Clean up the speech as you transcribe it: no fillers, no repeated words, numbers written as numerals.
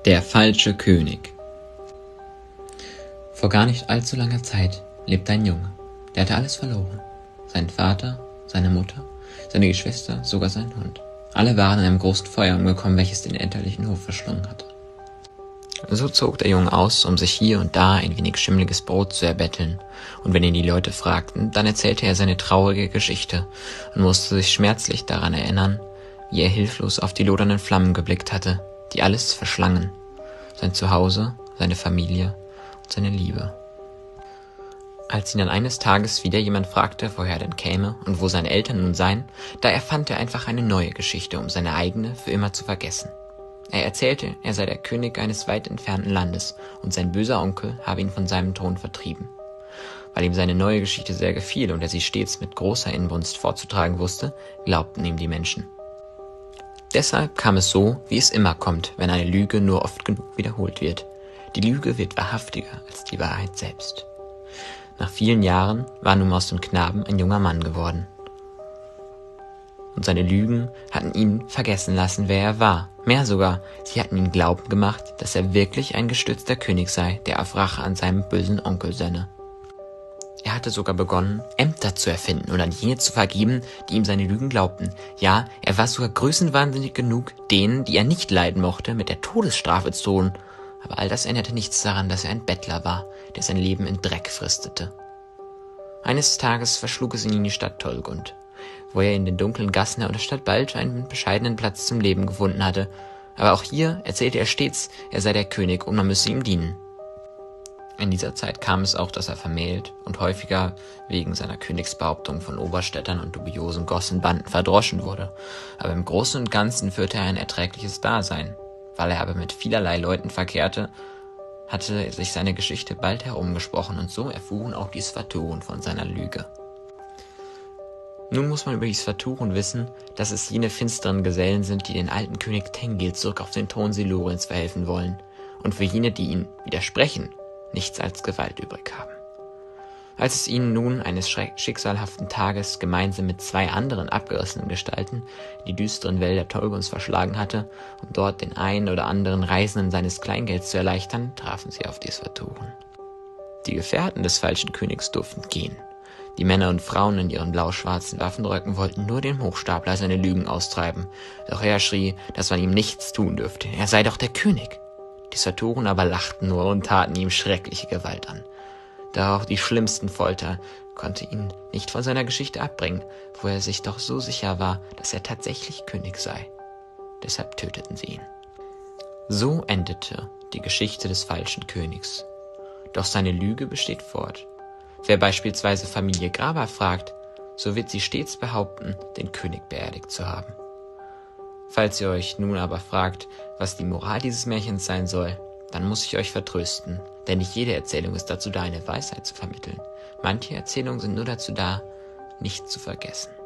Der falsche König. Vor gar nicht allzu langer Zeit lebte ein Junge. Der hatte alles verloren. Seinen Vater, seine Mutter, seine Geschwister, sogar seinen Hund. Alle waren in einem großen Feuer umgekommen, welches den elterlichen Hof verschlungen hatte. So zog der Junge aus, um sich hier und da ein wenig schimmliges Brot zu erbetteln. Und wenn ihn die Leute fragten, dann erzählte er seine traurige Geschichte und musste sich schmerzlich daran erinnern, wie er hilflos auf die lodernden Flammen geblickt hatte, die alles verschlangen. Sein Zuhause, seine Familie und seine Liebe. Als ihn dann eines Tages wieder jemand fragte, woher er denn käme und wo seine Eltern nun seien, da erfand er einfach eine neue Geschichte, um seine eigene für immer zu vergessen. Er erzählte, er sei der König eines weit entfernten Landes und sein böser Onkel habe ihn von seinem Thron vertrieben. Weil ihm seine neue Geschichte sehr gefiel und er sie stets mit großer Inbrunst vorzutragen wusste, glaubten ihm die Menschen. Deshalb kam es so, wie es immer kommt, wenn eine Lüge nur oft genug wiederholt wird. Die Lüge wird wahrhaftiger als die Wahrheit selbst. Nach vielen Jahren war nun aus dem Knaben ein junger Mann geworden. Und seine Lügen hatten ihn vergessen lassen, wer er war. Mehr sogar, sie hatten ihn glauben gemacht, dass er wirklich ein gestürzter König sei, der auf Rache an seinem bösen Onkel sönne. Er hatte sogar begonnen, Ämter zu erfinden und an jene zu vergeben, die ihm seine Lügen glaubten. Ja, er war sogar größenwahnsinnig genug, denen, die er nicht leiden mochte, mit der Todesstrafe zu drohen. Aber all das änderte nichts daran, dass er ein Bettler war, der sein Leben in Dreck fristete. Eines Tages verschlug es ihn in die Stadt Tolgund, wo er in den dunklen Gassen der Stadt bald einen bescheidenen Platz zum Leben gefunden hatte. Aber auch hier erzählte er stets, er sei der König und man müsse ihm dienen. In dieser Zeit kam es auch, dass er vermählt und häufiger wegen seiner Königsbehauptung von Oberstädtern und dubiosen Gossenbanden verdroschen wurde. Aber im Großen und Ganzen führte er ein erträgliches Dasein. Weil er aber mit vielerlei Leuten verkehrte, hatte sich seine Geschichte bald herumgesprochen und so erfuhren auch die Svatouren von seiner Lüge. Nun muss man über die Svatouren wissen, dass es jene finsteren Gesellen sind, die den alten König Tengil zurück auf den Thron Siluriens verhelfen wollen und für jene, die ihn widersprechen, nichts als Gewalt übrig haben. Als es ihnen nun eines schicksalhaften Tages gemeinsam mit 2 anderen abgerissenen Gestalten in die düsteren Wälder Tolgunds verschlagen hatte, um dort den einen oder anderen Reisenden seines Kleingelds zu erleichtern, trafen sie auf die Svatouren. Die Gefährten des falschen Königs durften gehen. Die Männer und Frauen in ihren blau-schwarzen Waffenröcken wollten nur dem Hochstapler seine Lügen austreiben, doch er schrie, dass man ihm nichts tun dürfte, er sei doch der König. Die Svatouren aber lachten nur und taten ihm schreckliche Gewalt an. Doch auch die schlimmsten Folter konnte ihn nicht von seiner Geschichte abbringen, wo er sich doch so sicher war, dass er tatsächlich König sei. Deshalb töteten sie ihn. So endete die Geschichte des falschen Königs. Doch seine Lüge besteht fort. Wer beispielsweise Familie Graber fragt, so wird sie stets behaupten, den König beerdigt zu haben. Falls ihr euch nun aber fragt, was die Moral dieses Märchens sein soll, dann muss ich euch vertrösten, denn nicht jede Erzählung ist dazu da, eine Weisheit zu vermitteln. Manche Erzählungen sind nur dazu da, nicht zu vergessen.